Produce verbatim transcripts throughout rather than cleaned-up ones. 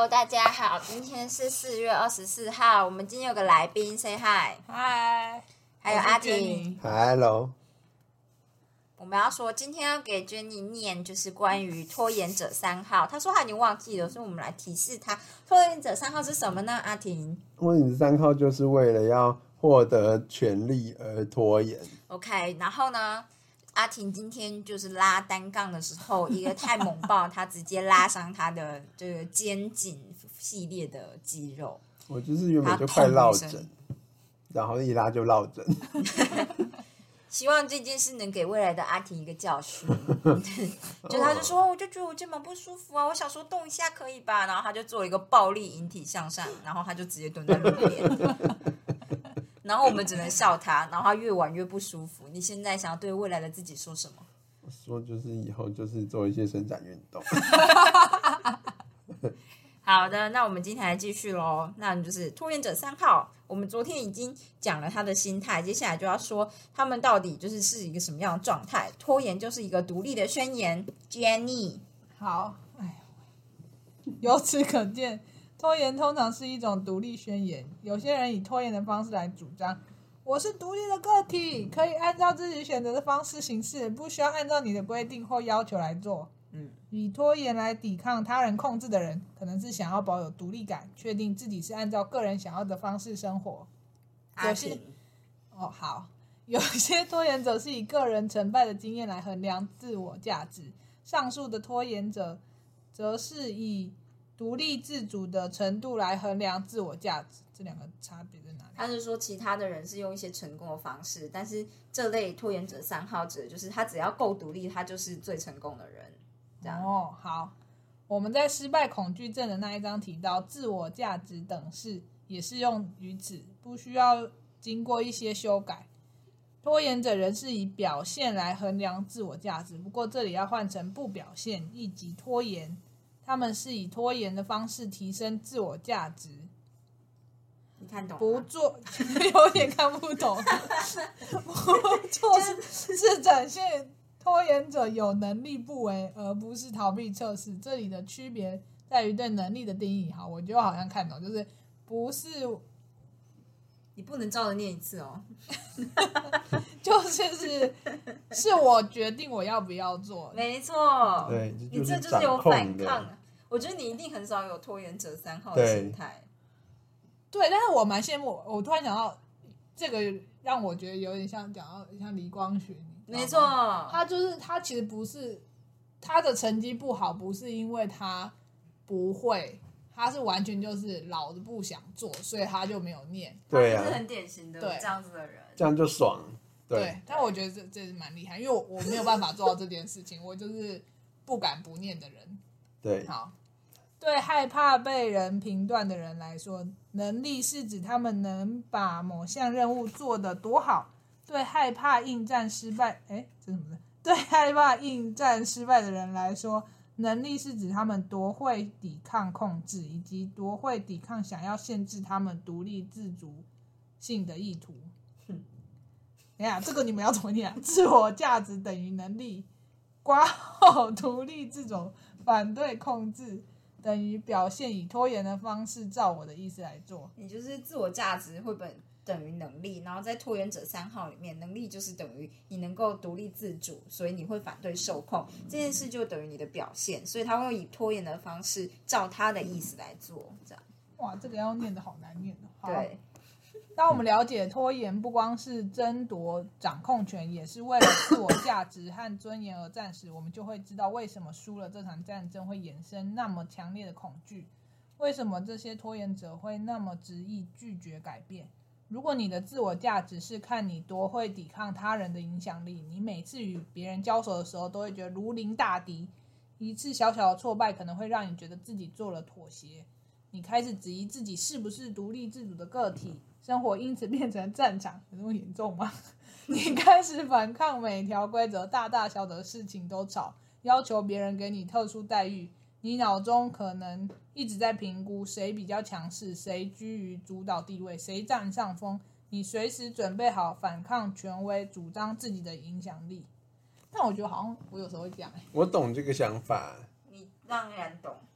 Hello， 大家好，今天是四月二十四号，我们今天有个来宾 ，say hi， 嗨， 还有阿婷 ，Hello。 我们要说今天要给 Jenny 念，就是关于拖延者三号。他说他已经忘记了，所以我们来提示他，拖延者三号是什么呢？阿婷， 拖延者三号就是为了要获得权利而拖延。 OK， 然后呢？阿婷今天就是拉单杠的时候，一个太猛爆，他直接拉伤他的这个肩颈系列的肌肉。 我就是原本就快落枕，然后一拉就落枕。 希望这件事能给未来的阿婷一个教训。就他就说，我就觉得我肩膀不舒服啊，我想说动一下可以吧，然后他就做了一个暴力引体向上，然后他就直接蹲在路边。然后我们只能笑他，然后他越玩越不舒服。你现在想要对未来的自己说什么？ 我说就是以后就是做一些伸展运动。 好的，那我们今天来继续咯。那就是拖延者三号，我们昨天已经讲了他的心态，接下来就要说他们到底就是是一个什么样的状态。拖延就是一个独立的宣言。Jenny， 好，哎，由此可见。拖延通常是一种独立宣言，有些人以拖延的方式来主张我是独立的个体，可以按照自己选择的方式行事，不需要按照你的规定或要求来做。嗯，以拖延来抵抗他人控制的人，可能是想要保有独立感，确定自己是按照个人想要的方式生活。有些哦好，有些拖延者是以个人成败的经验来衡量自我价值，上述的拖延者则是以独立自主的程度来衡量自我价值，这两个差别在哪里？ 他是说其他的人是用一些成功的方式，但是这类拖延者三号指的就是他只要够独立，他就是最成功的人。这样哦，好，我们在失败恐惧症的那一章提到，自我价值等式也适用于此，不需要经过一些修改。拖延者人是以表现来衡量自我价值，不过这里要换成不表现，以及拖延。他们是以拖延的方式提升自我价值。 你看懂吗？ 不做有点看不懂。不做是是展现拖延者有能力不为，而不是逃避测试。这里的区别在于对能力的定义。好，我就好像看懂，就是不是你不能照着念一次哦。 就是是是我决定我要不要做。 没错， 对， 你这就是有反抗。我觉得你一定很少有拖延者三号的心态。 对，但是我蛮羡慕。我突然想到，这个让我觉得有点像讲到像李光雪。 没错， 他就是他其实不是他的成绩不好，不是因为他不会，他是完全就是老子不想做，所以他就没有念。 对啊， 他是很典型的这样子的人， 这样就爽。对， 对，但我觉得这这是蛮厉害，因为我我没有办法做到这件事情，我就是不敢不念的人。 对， 好，对害怕被人评断的人来说，能力是指他们能把某项任务做得多好。对害怕应战失败，哎，这是什么？对害怕应战失败的人来说，能力是指他们多会抵抗控制，以及多会抵抗想要限制他们独立自主性的意图。等一下，这个你们要怎么念啊？自我价值等于能力，括号独立自主，反对控制，等于表现以拖延的方式照我的意思来做。 你就是自我价值会本等于能力，然后在拖延者三号里面，能力就是等于你能够独立自主，所以你会反对受控，这件事就等于你的表现，所以他会以拖延的方式照他的意思来做，这样。 哇，这个要念的好难念哦。 对。 当我们了解拖延不光是争夺掌控权，也是为了自我价值和尊严而战时，我们就会知道为什么输了这场战争会衍生那么强烈的恐惧，为什么这些拖延者会那么执意拒绝改变。如果你的自我价值是看你多会抵抗他人的影响力，你每次与别人交手的时候都会觉得如临大敌，一次小小的挫败可能会让你觉得自己做了妥协，你开始质疑自己是不是独立自主的个体，生活因此变成战场。有这么严重吗？你开始反抗每条规则，大大小小的事情都吵，要求别人给你特殊待遇。你脑中可能一直在评估谁比较强势，谁居于主导地位，谁占上风。你随时准备好反抗权威，主张自己的影响力。但我觉得好像我有时候会这样、欸、 我懂这个想法。 你当然懂。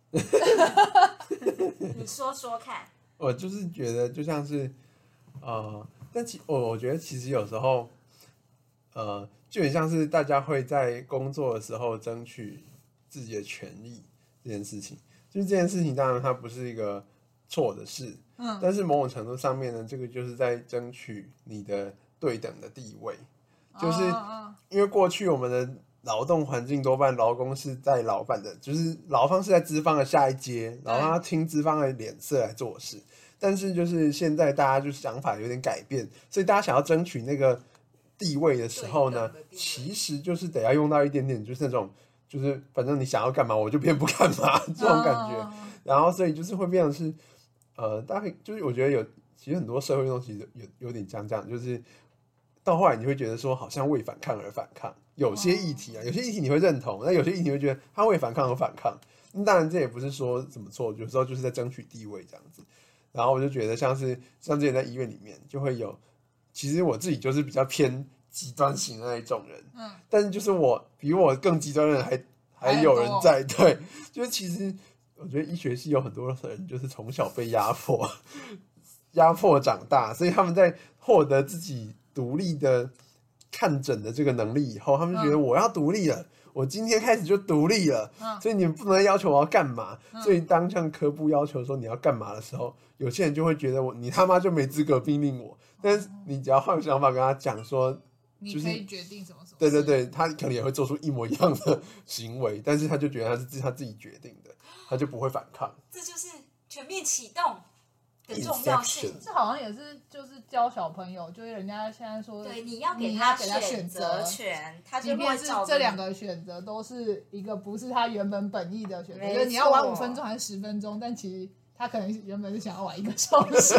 你说说看。 我就是觉得就像是，呃，但其我我觉得其实有时候，呃，就很像是大家会在工作的时候争取自己的权利这件事情。就是这件事情，当然它不是一个错的事，嗯，但是某种程度上面呢，这个就是在争取你的对等的地位，就是因为过去我们的劳动环境多半劳工是在老板的，就是劳方是在资方的下一阶，劳方要听资方的脸色来做事。但是就是现在大家就是想法有点改变，所以大家想要争取那个地位的时候呢，其实就是得要用到一点点，就是那种就是反正你想要干嘛我就偏不干嘛这种感觉。Oh. 然后所以就是会变成是呃，大概就是我觉得有其实很多社会东西有有点像这样，就是到后来你会觉得说好像为反抗而反抗，有些议题啊，有些议题你会认同，那有些议题你会觉得他为反抗而反抗。那当然这也不是说怎么错，有时候就是在争取地位这样子。然后我就觉得像是像之前在医院里面就会有，其实我自己就是比较偏极端型的那一种人，嗯，但是就是我比我更极端的人还还有人在，对，就是其实我觉得医学系有很多人就是从小被压迫，压迫长大，所以他们在获得自己独立的看诊的这个能力以后，他们就觉得我要独立了。嗯，我今天开始就独立了，嗯，所以你们不能再要求我要干嘛，嗯，所以当像科部要求说你要干嘛的时候，有些人就会觉得我你他妈就没资格命令我，但是你只要换个想法跟他讲说， 你可以决定什么什么， 对对对，他可能也会做出一模一样的行为，但是他就觉得他是他自己决定的，他就不会反抗。 这就是全面启动的重要性。 这好像也是就是教小朋友，就是人家现在说， 对，你要给他选择权，他就会照这两个选择都是一个不是他原本本意的选择，就是你要玩五分钟还是十分钟，但其实他可能原本是想要玩一个小时。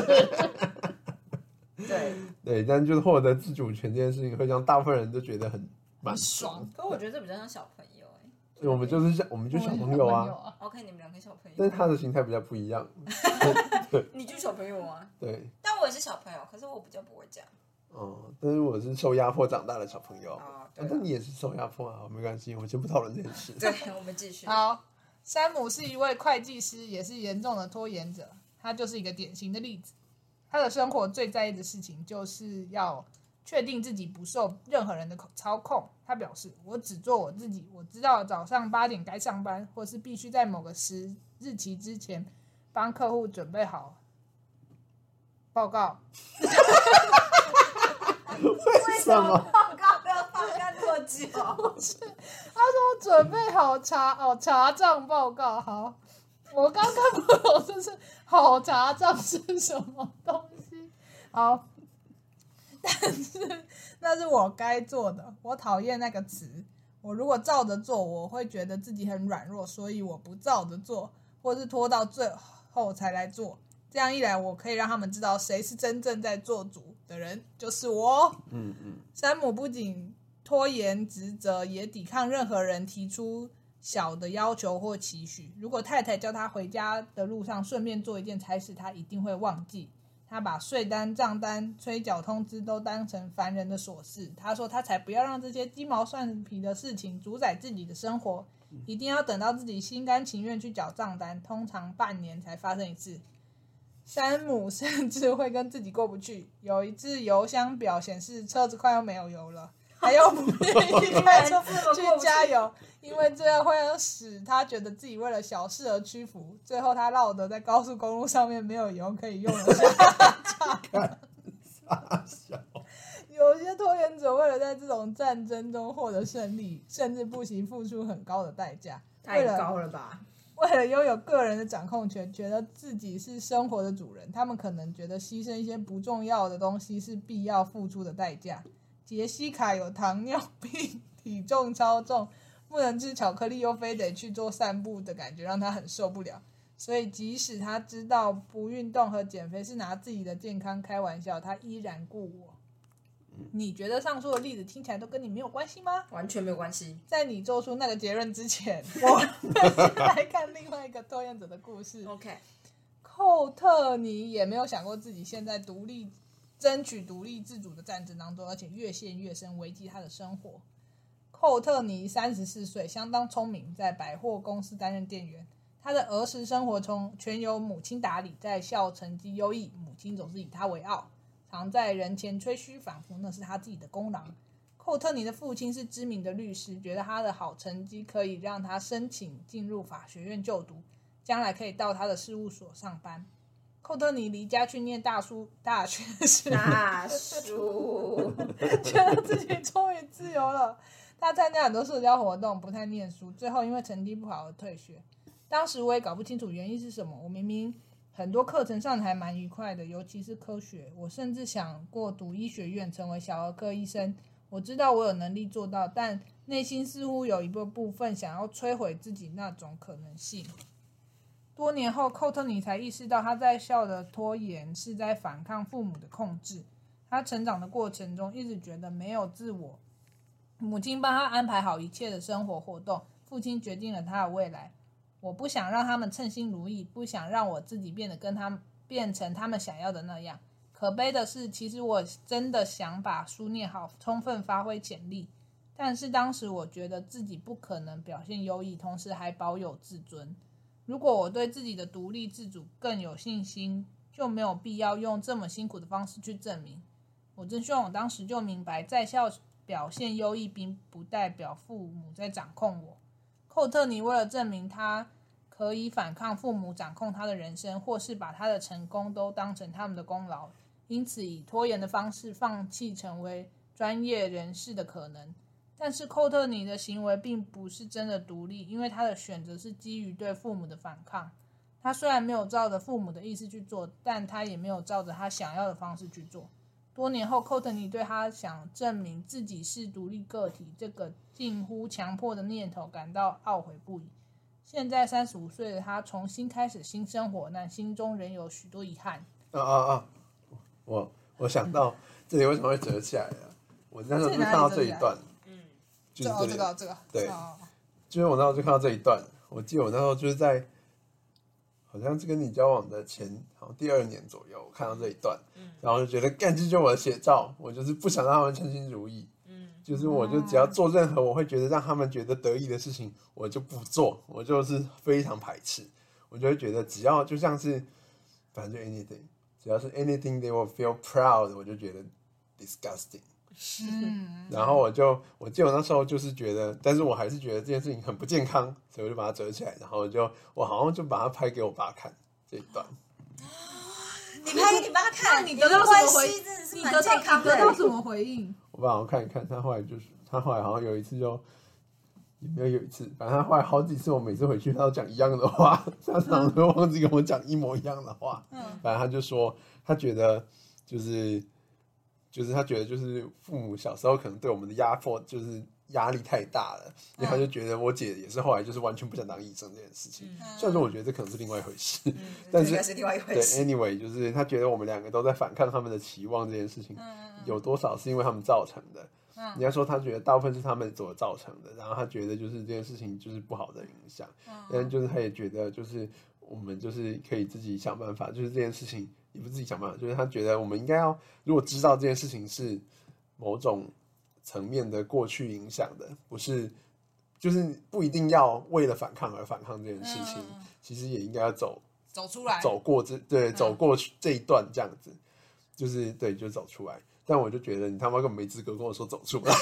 对对，但就是获得自主权这件事情，会让大部分人都觉得很蛮爽。 可我觉得这比较像小朋友哎、 欸，我们就是像我们就小朋友啊。 啊 OK， 你们两个小朋友， 但是他的心态比较不一样。 你就小朋友啊？ 对。 但我也是小朋友，可是我比较不会这样。 哦，但是我是受压迫长大的小朋友。 哦， 对、啊。但你也是受压迫啊，没关系，我们先不讨论这件事。 对，我们继续。 好，山姆是一位会计师，也是严重的拖延者，他就是一个典型的例子。他的生活最在意的事情就是要确定自己不受任何人的操控。他表示，我只做我自己，我知道早上八点该上班，或是必须在某个时日期之前帮客户准备好报告。 为什么报告要放干这么久？ 他说准备好查哦查账报告。好，我刚刚不懂这是好查账是什么东西。好，但是那是我该做的，我讨厌那个词。我如果照着做，我会觉得自己很软弱，所以我不照着做，或是拖到最后才来做。这样一来，我可以让他们知道谁是真正在做主的人，就是我。 嗯嗯。 山姆不仅拖延职责，也抵抗任何人提出小的要求或期许。如果太太叫他回家的路上顺便做一件差事，他一定会忘记。他把税单、账单、催缴通知都当成烦人的琐事。他说他才不要让这些鸡毛蒜皮的事情主宰自己的生活，一定要等到自己心甘情愿去缴账单，通常半年才发生一次。山姆甚至会跟自己过不去。有一次油箱表显示车子快要没有油了，他又不愿意开车去加油，因为这样会使他觉得自己为了小事而屈服。最后他落得在高速公路上面没有油可以用了下场。有些拖延者为了在这种战争中获得胜利，甚至不惜付出很高的代价。 太高了吧？ 为了拥有个人的掌控权，觉得自己是生活的主人，他们可能觉得牺牲一些不重要的东西是必要付出的代价。杰西卡有糖尿病，体重超重，不能吃巧克力又非得去做散步的感觉让他很受不了，所以即使他知道不运动和减肥是拿自己的健康开玩笑，他依然顾我。你觉得上述的例子听起来都跟你没有关系吗？ 完全没有关系。 在你做出那个结论之前，我们先来看另外一个拖延者的故事。 OK， 寇特尼也没有想过自己现在独立争取独立自主的战争当中，而且越陷越深，危及他的生活。寇特尼三十四岁，相当聪明，在百货公司担任店员。 他的儿时生活中全由母亲打理，在校成绩优异，母亲总是以他为傲，常在人前吹嘘，仿佛那是他自己的功劳。寇特尼的父亲是知名的律师，觉得他的好成绩可以让他申请进入法学院就读，将来可以到他的事务所上班。寇特尼离家去念大书大学时， 大叔， 觉得自己终于自由了。他参加很多社交活动，不太念书，最后因为成绩不好而退学。当时我也搞不清楚原因是什么，我明明很多课程上的还蛮愉快的，尤其是科学，我甚至想过读医学院，成为小儿科医生。我知道我有能力做到，但内心似乎有一个部分想要摧毁自己那种可能性。多年后，寇特尼才意识到他在校的拖延是在反抗父母的控制。他成长的过程中一直觉得没有自我，母亲帮他安排好一切的生活活动，父亲决定了他的未来。我不想让他们称心如意，不想让我自己变得跟他们变成他们想要的那样。可悲的是，其实我真的想把书念好，充分发挥潜力，但是当时我觉得自己不可能表现优异，同时还保有自尊。如果我对自己的独立自主更有信心，就没有必要用这么辛苦的方式去证明。我真希望我当时就明白，在校表现优异并不代表父母在掌控我。寇特尼为了证明他可以反抗父母掌控他的人生，或是把他的成功都当成他们的功劳，因此以拖延的方式放弃成为专业人士的可能。但是寇特尼的行为并不是真的独立，因为他的选择是基于对父母的反抗。他虽然没有照着父母的意思去做，但他也没有照着他想要的方式去做。多年后，寇特尼对他想证明自己是独立个体这个近乎强迫的念头感到懊悔不已。现在三十五岁的他重新开始新生活，但心中仍有许多遗憾。 啊啊啊！我我想到这里为什么会折起来了？我那时候就看到这一段， 嗯， 就是这个这个对， 哦、 就是我那时候就看到这一段。我记得我那时候就是在好像是跟你交往的前好像第二年左右，我看到这一段，嗯、然后就觉得干，这就是我的写照。我就是不想让他们称心如意，嗯，就是我就只要做任何我会觉得让他们觉得得意的事情，我就不做，我就是非常排斥。我就会觉得只要就像是反正就 anything， 只要是 anything they will feel proud， 我就觉得 disgusting。嗯，然后我就我记得我那时候就是觉得，但是我还是觉得这件事情很不健康，所以我就把它折起来，然后我就我好像就把它拍给我爸看这一段。 你拍给你爸看， 你得到什么回应？ 真的是你蛮健康的。 得到什么回应？ 我爸好像看一看，他后来就是他后来好像有一次就也没有有一次，反正他后来好几次，我每次回去他都讲一样的话，他常常会忘记跟我讲一模一样的话。嗯，反正他就说他觉得就是。就是他觉得，就是父母小时候可能对我们的压迫，就是压力太大了，因为他就觉得我姐也是后来就是完全不想当医生这件事情。嗯、虽然说我觉得这可能是另外一回事，嗯、但是是另外一回事。 对 ，anyway， 就是他觉得我们两个都在反抗他们的期望这件事情，嗯、有多少是因为他们造成的？嗯、人家说他觉得大部分是他们所造成的，然后他觉得就是这件事情就是不好的影响，嗯、但就是他也觉得就是我们就是可以自己想办法，就是这件事情。也不是自己想办法，就是他觉得我们应该要，如果知道这件事情是某种层面的过去影响的，不是，就是不一定要为了反抗而反抗这件事情，嗯、其实也应该要走走出来， 走过这对、嗯、走过这一段这样子，就是对，就走出来。但我就觉得你他妈根本没资格跟我说走出来。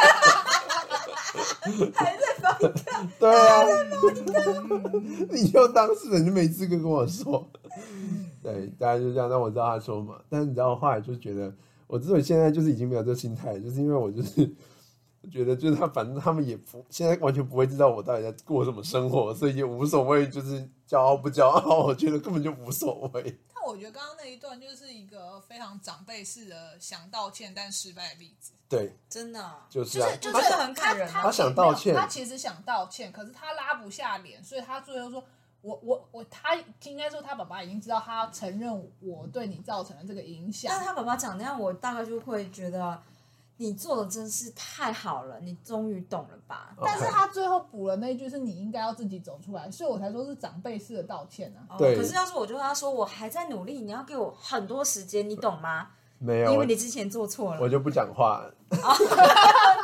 还在放假？ 对啊，你就当事人就没资格跟我说。对，大家就这样让我知道他说嘛。但是你知道，我后来就觉得，我之所以现在就是已经没有这个心态，就是因为我就是觉得，就是他反正他们也不现在完全不会知道我到底在过什么生活，所以也无所谓，就是骄傲不骄傲，我觉得根本就无所谓。 但我觉得刚刚那一段就是一个非常长辈式的想道歉但失败的例子。 对， 真的、啊、 就是啊， 就是就是很感人、啊。 他想道歉， 他其实想道歉，可是他拉不下脸，所以他最后说。我我我，他应该说他爸爸已经知道他承认我对你造成了这个影响。 但是他爸爸讲那样，我大概就会觉得你做的真是太好了，你终于懂了吧？ Okay. 但是他最后补了那句是你应该要自己走出来，所以我才说是长辈式的道歉啊。 对、 哦，可是要是我就跟他说我还在努力，你要给我很多时间，你懂吗？ 没有， 因为你之前做错了， 我就不讲话了。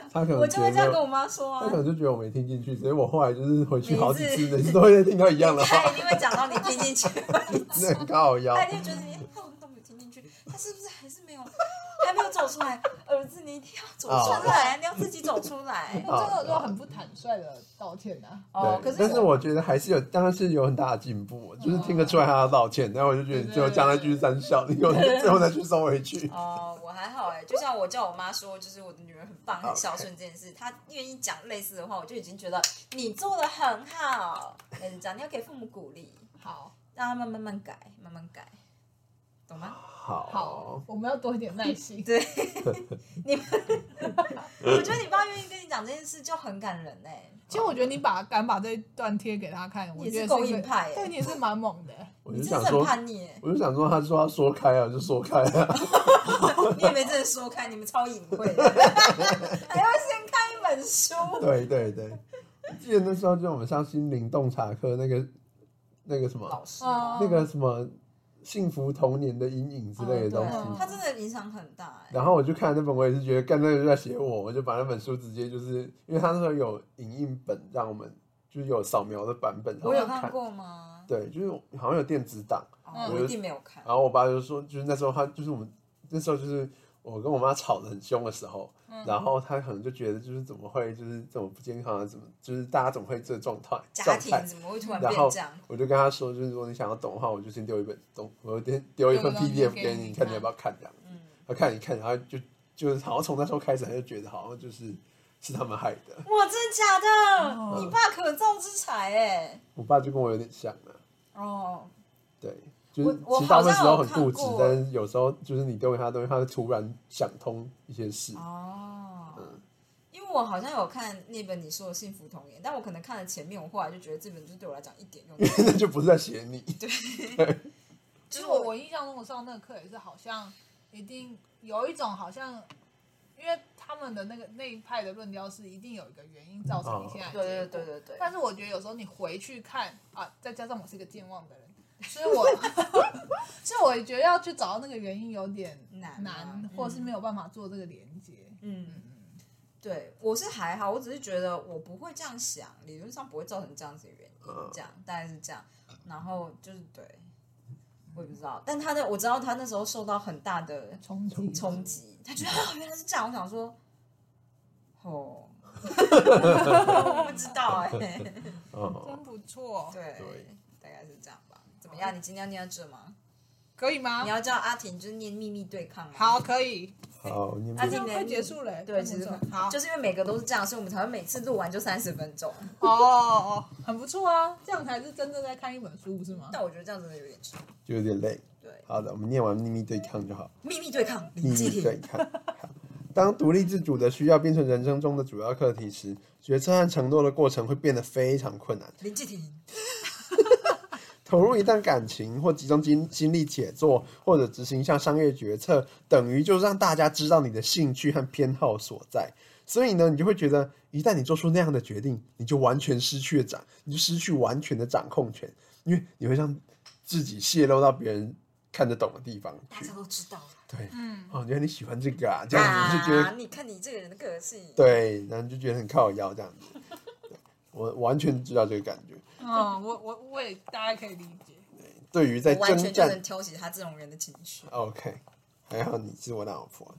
他可能我就会这样跟觉得我妈说啊他可。能就觉得我没听进去，所以我后来就是回去好几次，每次都会听到一样的话， 他一定会讲到你听进去为止， 真的很靠腰他。一定觉得你他都没有听进去，他是不是还是没有还没有走出来？儿子，你一定要走出来，你要自己走出来。 那这个就很不坦率的道歉啊。 哦，可对，但是我觉得还是有，当然是有很大的进步，就是听得出来他要道歉，然后我就觉得你最后讲那句三笑，你有最后再去收回去。 哦，我还好哎，就像我叫我妈说，就是我的女儿很棒、很孝顺这件事，她愿意讲类似的话，我就已经觉得你做的很好。类似这样，你要给父母鼓励， 好， 让他们慢慢改，慢慢改，懂吗？ 好， 好，我们要多一点耐心。 对，你们，我觉得你爸愿意跟你讲这件事就很感人哎。 其实我觉得你把敢把这一段贴给他看，我觉得也是够一个硬派欸对，你也是蛮猛的。 我你真的是很就想说， 叛逆哎， 我就想说，他说要说开啊，我就说开啊。 你也没真的说开，你们超隐晦的，还要先看一本书。 对对对，我记得那时候就我们上心灵洞察课那个那个什么老师哦那个什么幸福童年的阴影之类的东西。 对，他真的影响很大哎。 然后我就看那本，我也是觉得干那个就在写我，我就把那本书直接就是因为他那时候有影印本让我们就是有扫描的版本， 我有看看过吗？ 对，就是好像有电子档。 哦，我一定没有看。 然后我爸就说，就是那时候他就是我们那时候就是我跟我妈吵得很凶的时候， 嗯然后他可能就觉得就是怎么会就是这么不健康啊，怎么就是大家怎么会这个状态家状态？ 庭怎么会突然然后变这样？ 我就跟他说，就是如果你想要懂的话，我就先丢一本东，我丢丢一份 P D F 给你，看你要不要看这样。 嗯， 他看一看，然后就就是好像从那时候开始，他就觉得好像就是是他们害的。 哇，真的假的？ 哦你爸可造之才哎。 我爸就跟我有点像啊， 哦， 对，就是我我其实大部分时候好很固执像有看，过但是有时候就是你丢给他的东西，他会突然想通一些事。 哦，因为我好像有看那本你说的《幸福童年》，但我可能看了前面，我后来就觉得这本就对我来讲一点用都没有。 那就不是在写你。 其实我我印象中我上那个课也是好像一定有一种好像，因为他们的那个那一派的论调是一定有一个原因造成你现在的对对结果对对对。 但是我觉得有时候你回去看啊，再加上我是一个健忘的人，所以我所以我觉得要去找到那个原因有点难难， 啊或者是没有办法做这个连接。 嗯，对我是还好，我只是觉得我不会这样想，理论上不会造成这样子的原因，这样大概是这样。然后就是对，我也不知道，但他的我知道他那时候受到很大的冲击冲击，他觉得啊原来是这样，我想说，哦，我不知道哎、 哦， 真不错， 对， 对大概是这样吧。怎么样？你今天要念到这吗？ 可以吗你？要叫阿婷就是念秘密对抗吗？ 好，可以。 好，你们阿婷的这样快结束了， 对，其实好， 就是因为每个都是这样，所以我们才会每次录完就三十分钟。 哦哦，很不错啊，这样才是真正在看一本书，是吗？ 但我觉得这样真的有点长。 就有点累。 对， 好的，我们念完秘密对抗就好。 秘密对抗， 秘林继廷。 密对抗。好，当独立自主的需要变成人生中的主要课题时，决策和承诺的过程会变得非常困难。 林继廷。 投入一段感情，或集中精心力写作，或者执行一项商业决策，等于就是让大家知道你的兴趣和偏好所在。所以呢，你就会觉得，一旦你做出那样的决定，你就完全失去了掌，你就失去完全的掌控权，因为你会让自己泄露到别人看得懂的地方去。 大家都知道了。 对，嗯，哦，原来你喜欢这个啊，这样子就觉得， 啊、你看你这个人的个性。 对，然后就觉得很靠腰这样子。对，我完全知道这个感觉。 嗯，我我我也大概可以理解。 对于在我完全征战就能挑起他这种人的情绪。 ，OK，还好你是我老婆。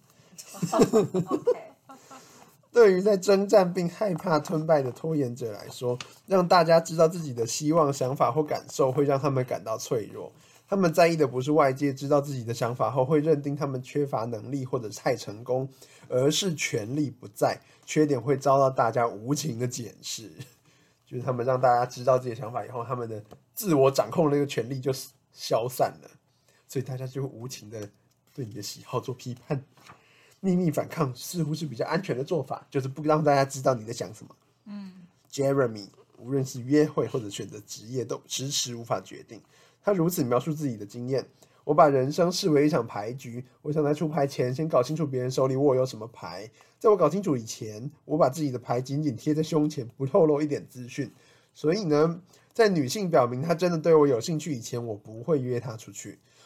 OK， 对于在征战并害怕吞败的拖延者来说，让大家知道自己的希望、想法或感受，会让他们感到脆弱。他们在意的不是外界知道自己的想法后会认定他们缺乏能力或者太成功，而是权力不在，缺点会遭到大家无情的检视。就是他们让大家知道自己的想法以后，他们的自我掌控的那个权利就消散了，所以大家就会无情的对你的喜好做批判。秘密反抗似乎是比较安全的做法，就是不让大家知道你在想什么。嗯 ，Jeremy 无论是约会或者选择职业，都迟迟无法决定。他如此描述自己的经验：我把人生视为一场牌局，我想在出牌前先搞清楚别人手里握有什么牌。在我搞清楚以前，我把自己的牌紧紧贴在胸前，不透露一点资讯。所以呢，在女性表明她真的对我有兴趣以前，我不会约她出去。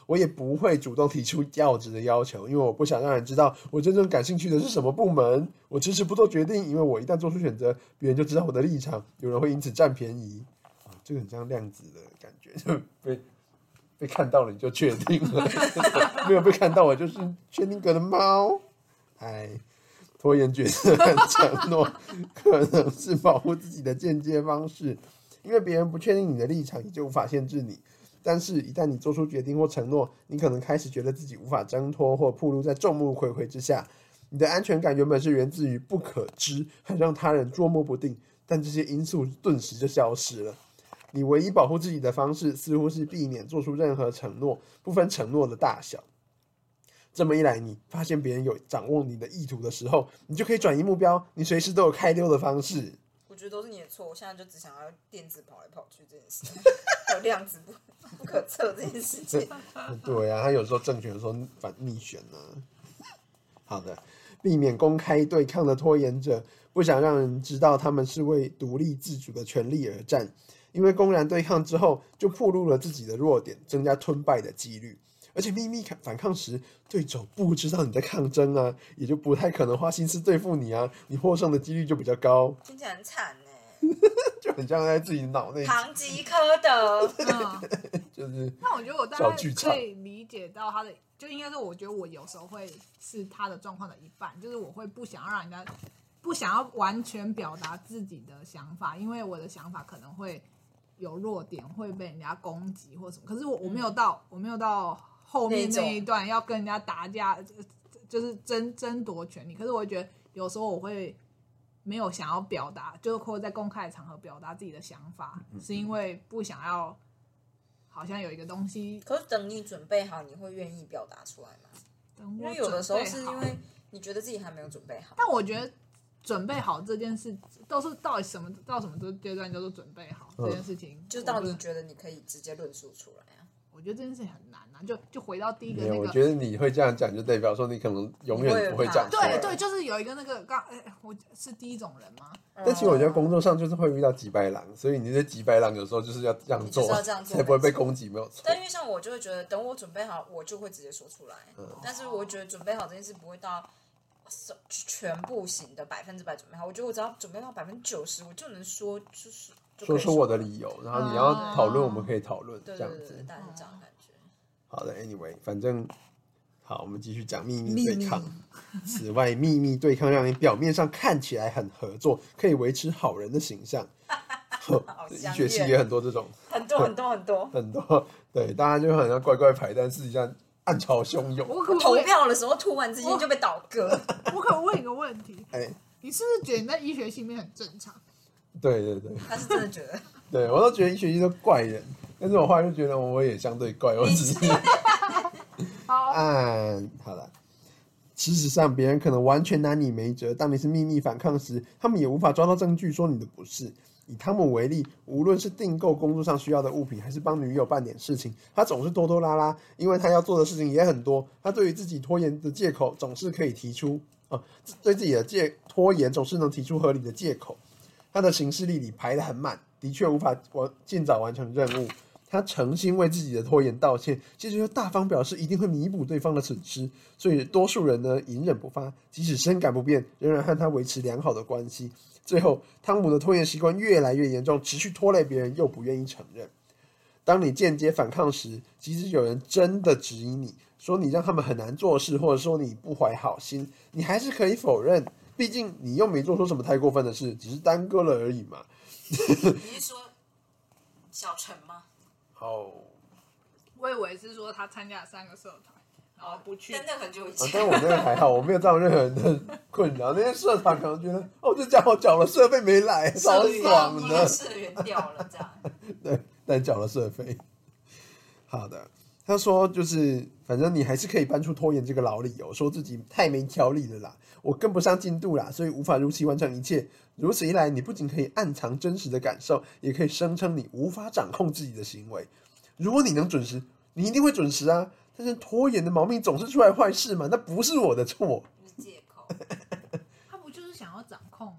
我也不会主动提出调职的要求，因为我不想让人知道我真正感兴趣的是什么部门。我迟迟不做决定，因为我一旦做出选择，别人就知道我的立场，有人会因此占便宜。啊，这个很像量子的感觉，就被被看到了你就确定了，没有被看到我就是薛定谔的猫。哎，拖延决策和承诺可能是保护自己的间接方式，因为别人不确定你的立场，也就无法限制你。但是，一旦你做出决定或承诺，你可能开始觉得自己无法挣脱，或暴露在众目睽睽之下。你的安全感原本是源自于不可知，还让他人捉摸不定，但这些因素顿时就消失了。你唯一保护自己的方式，似乎是避免做出任何承诺，不分承诺的大小。这么一来，你发现别人有掌握你的意图的时候，你就可以转移目标，你随时都有开溜的方式。 我觉得都是你的错，我现在就只想要电子跑来跑去这件事，还有量子不不可测这件事情。 对啊，他有时候正选，有时候反逆选啊。好的，避免公开对抗的拖延者，不想让人知道他们是为独立自主的权利而战，因为公然对抗之后，就暴露了自己的弱点，增加吞败的几率。而且秘密反抗时，对手不知道你在抗争啊，也就不太可能花心思对付你啊，你获胜的几率就比较高。 听起来很惨哎， 就很像在自己脑内堂吉诃德。 嗯， 就是。 那我觉得我大概可以理解到他的，就应该是我觉得我有时候会是他的状况的一半，就是我会不想要让人家不想要完全表达自己的想法，因为我的想法可能会有弱点，会被人家攻击或什么。可是我我没有到、嗯、我没有到后面那一段要跟人家打架，就是争争夺权利。可是我会觉得有时候我会没有想要表达，就是或者在公开的场合表达自己的想法，嗯、是因为不想要好像有一个东西。 可是等你准备好，你会愿意表达出来吗？因为有的时候是因为你觉得自己还没有准备好。 但我觉得准备好这件事，都是到底什么到什么阶段叫做准备好、嗯、这件事情， 就是到你觉得你可以直接论述出来啊。 我觉得这件事情很难啊，就就回到第一个那个。 我觉得你会这样讲，就代表说你可能永远不会讲出来。 对对，就是有一个那个刚，哎，我是第一种人吗？ 但其实我觉得工作上就是会遇到几白狼，所以你这几白狼有时候就是要这样做， 要这样做才不会被攻击，没有错。 但因为像我就会觉得，等我准备好，我就会直接说出来。嗯、但是我觉得准备好这件事不会到全部型的百分之百准备好，我觉得我只要准备到百分之九十，我就能说，就是就说出我的理由，然后你要讨论，我们可以讨论，这样子， 对对对，大概是这样的感觉。 好的 ，anyway， 反正好，我们继续讲秘密对抗。此外，秘密对抗让你表面上看起来很合作，可以维持好人的形象。医学系也很多这种， 很多很多很多很多，对，大家就好像乖乖牌，但实际上暗潮汹涌。 我可投票的时候突然之间就被倒戈。 我可问一个问题， 哎， 你是不是觉得你在医学系里面很正常？ 对对对， 他是真的觉得， 对我都觉得医学系都怪人，但是我后来就觉得我也相对怪，我只是好， 嗯，好了。事实上，别人可能完全拿你没辙。当你是秘密反抗时，他们也无法抓到证据说你的不是。以汤姆为例，无论是订购工作上需要的物品，还是帮女友办点事情，他总是拖拖拉拉，因为他要做的事情也很多。他对于自己拖延的借口总是可以提出啊，对自己的借拖延总是能提出合理的借口。他的行事历里排得很满，的确无法完尽早完成任务。他诚心为自己的拖延道歉，接着又大方表示一定会弥补对方的损失。所以多数人呢隐忍不发，即使深感不便，仍然和他维持良好的关系。最后，汤姆的拖延习惯越来越严重，持续拖累别人，又不愿意承认。当你间接反抗时，即使有人真的质疑你，说你让他们很难做事，或者说你不怀好心，你还是可以否认，毕竟你又没做出什么太过分的事，只是耽搁了而已嘛。 你是说小陈吗？ 哦， 我以为是说他参加了三个社团，然后不去。 但那很久以前。 啊、但我那个还好，我没有造成任何人的困扰。那些社团可能觉得，哦，这家伙缴了社费没来，超爽的。 社员掉了这样。 对，但缴了社费。好的，他说就是，反正你还是可以搬出拖延这个老理由，说自己太没条理了啦，我跟不上进度啦，所以无法如期完成一切。如此一来，你不仅可以暗藏真实的感受，也可以声称你无法掌控自己的行为。如果你能准时，你一定会准时啊。但是拖延的毛病总是出来坏事嘛，那不是我的错。 是借口。 他不就是想要掌控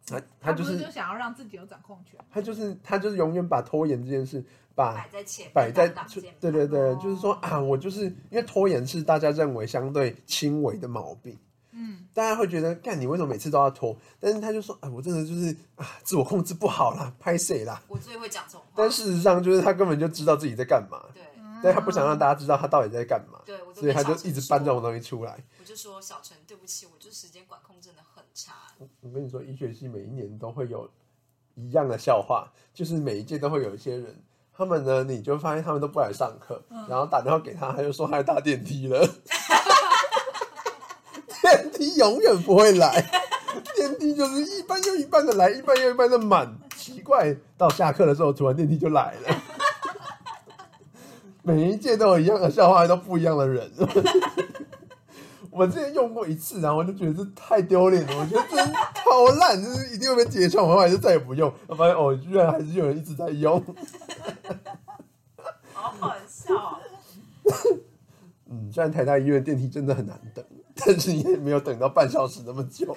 他他就不是是就想要让自己有掌控权。 他就是他就是永远把拖延这件事把摆在前面， 摆在当挡箭牌对对对， 哦就是说啊，我就是因为拖延是大家认为相对轻微的毛病。 嗯， 大家会觉得，干你为什么每次都要拖？但是他就说，哎，我真的就是啊，自我控制不好啦，拍谁啦？ 我最会讲这种话。 但事实上，就是他根本就知道自己在干嘛， 对但他不想让大家知道他到底在干嘛， 对，我都所以他就跟小陈一直搬这种说东西出来。 我就说小陈，对不起，我就是时间管控真的很差。 我跟你说，医学系每一年都会有一样的笑话，就是每一届都会有一些人，他们呢，你就发现他们都不来上课， 嗯然后打电话给他，他就说他在搭电梯了。电梯永远不会来，电梯就是一半又一半的来，一半又一半的满。奇怪，到下课的时候，突然电梯就来了。每一届都有一样的笑话，都不一样的人。我之前用过一次，然后我就觉得这太丢脸了，我觉得真超烂，就是一定会被揭穿。我后来就再也不用，我发现哦，居然还是有人一直在用。 好好笑、哦。 嗯，虽然台大医院电梯真的很难等，但是也没有等到半小时那么久。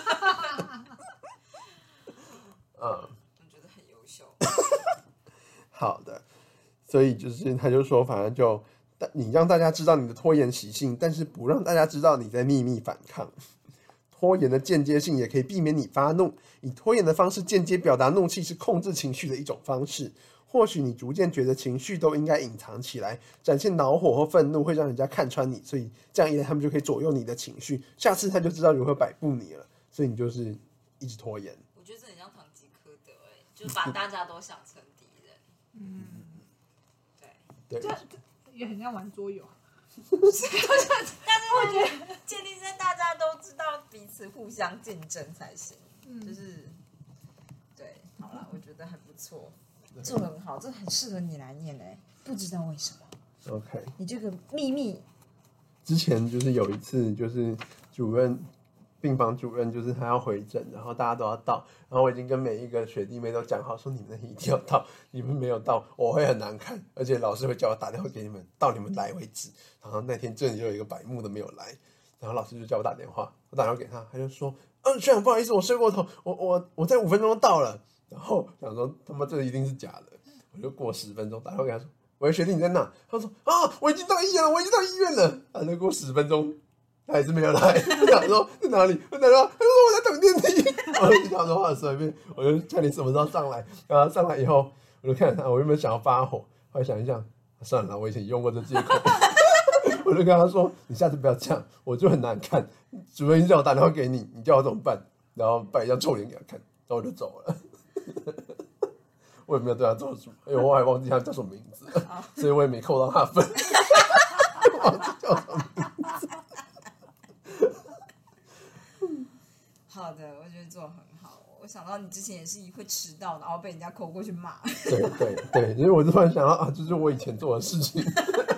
嗯， 我觉得很优秀。 好的，所以就是他就说，反正就你让大家知道你的拖延习性，但是不让大家知道你在秘密反抗。拖延的间接性也可以避免你发怒，以拖延的方式间接表达怒气是控制情绪的一种方式。或许你逐渐觉得情绪都应该隐藏起来，展现恼火或愤怒会让人家看穿你，所以这样一来他们就可以左右你的情绪，下次他就知道如何摆布你了，所以你就是一直拖延。 我觉得这很像堂吉诃德、欸，就是把大家都想成敌人。 嗯， 对， 这这也很像玩桌游。 但是我觉得建立在大家都知道彼此互相竞争才行。 嗯， 就是对，好了，我觉得还不错。这很好，这很适合你来念哎、欸，不知道为什么。 OK， 你这个秘密， 之前就是有一次，就是主任病房主任就是他要回诊，然后大家都要到，然后我已经跟每一个学弟妹都讲好，说你们一定要到，你们没有到我会很难看，而且老师会叫我打电话给你们，到你们来为止。然后那天真的就有一个白目的没有来，然后老师就叫我打电话，我打电话给他，他就说，嗯，学长不好意思，我睡过头，我我我在五分钟就到了。然后想说他妈这个一定是假的，我就过十分钟打电话给他说，喂，学弟你在哪？他说啊，我已经到医院了，我已经到医院了。他就过十分钟，他还是没有来。我想说在哪里？我打电话，他说我在等电梯。我就讲说话随便，我就看你什么时候上来。然后上来以后，我就看着他，我原本想要发火，后来想一想，算了，我以前用过这借口。我就跟他说，你下次不要这样，我就很难看。主任叫我打电话给你，你叫我怎么办？然后摆一张臭脸给他看，然后我就走了。我也没有对他做什么，因为我还忘记他叫什么名字，所以我也没扣到他的分。忘记叫什么名字。 好的，我觉得做得很好。我想到你之前也是会迟到，然后被人家扣过去骂。 对对对，因为我就突然想到啊，这就是我以前做的事情。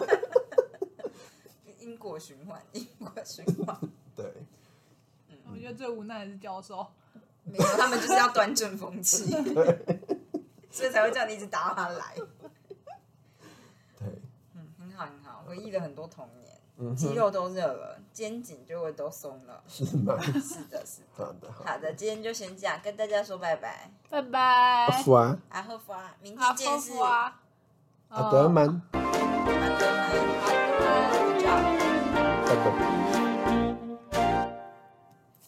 因果循环，因果循环。 对， 我觉得最无奈的是教授。 没有，他们就是要端正风气，所以才会叫你一直打他来。 对， 嗯，很好很好，回忆了很多童年， 嗯哼肌肉都热了，肩颈就会都松了。 是吗？ 是的，是的。 好的，好好的，今天就先这样，跟大家说拜拜。 拜拜。 阿福啊， 阿赫夫啊，明阿天见是夫啊， 阿德曼， 阿德曼，好，good job。 拜拜。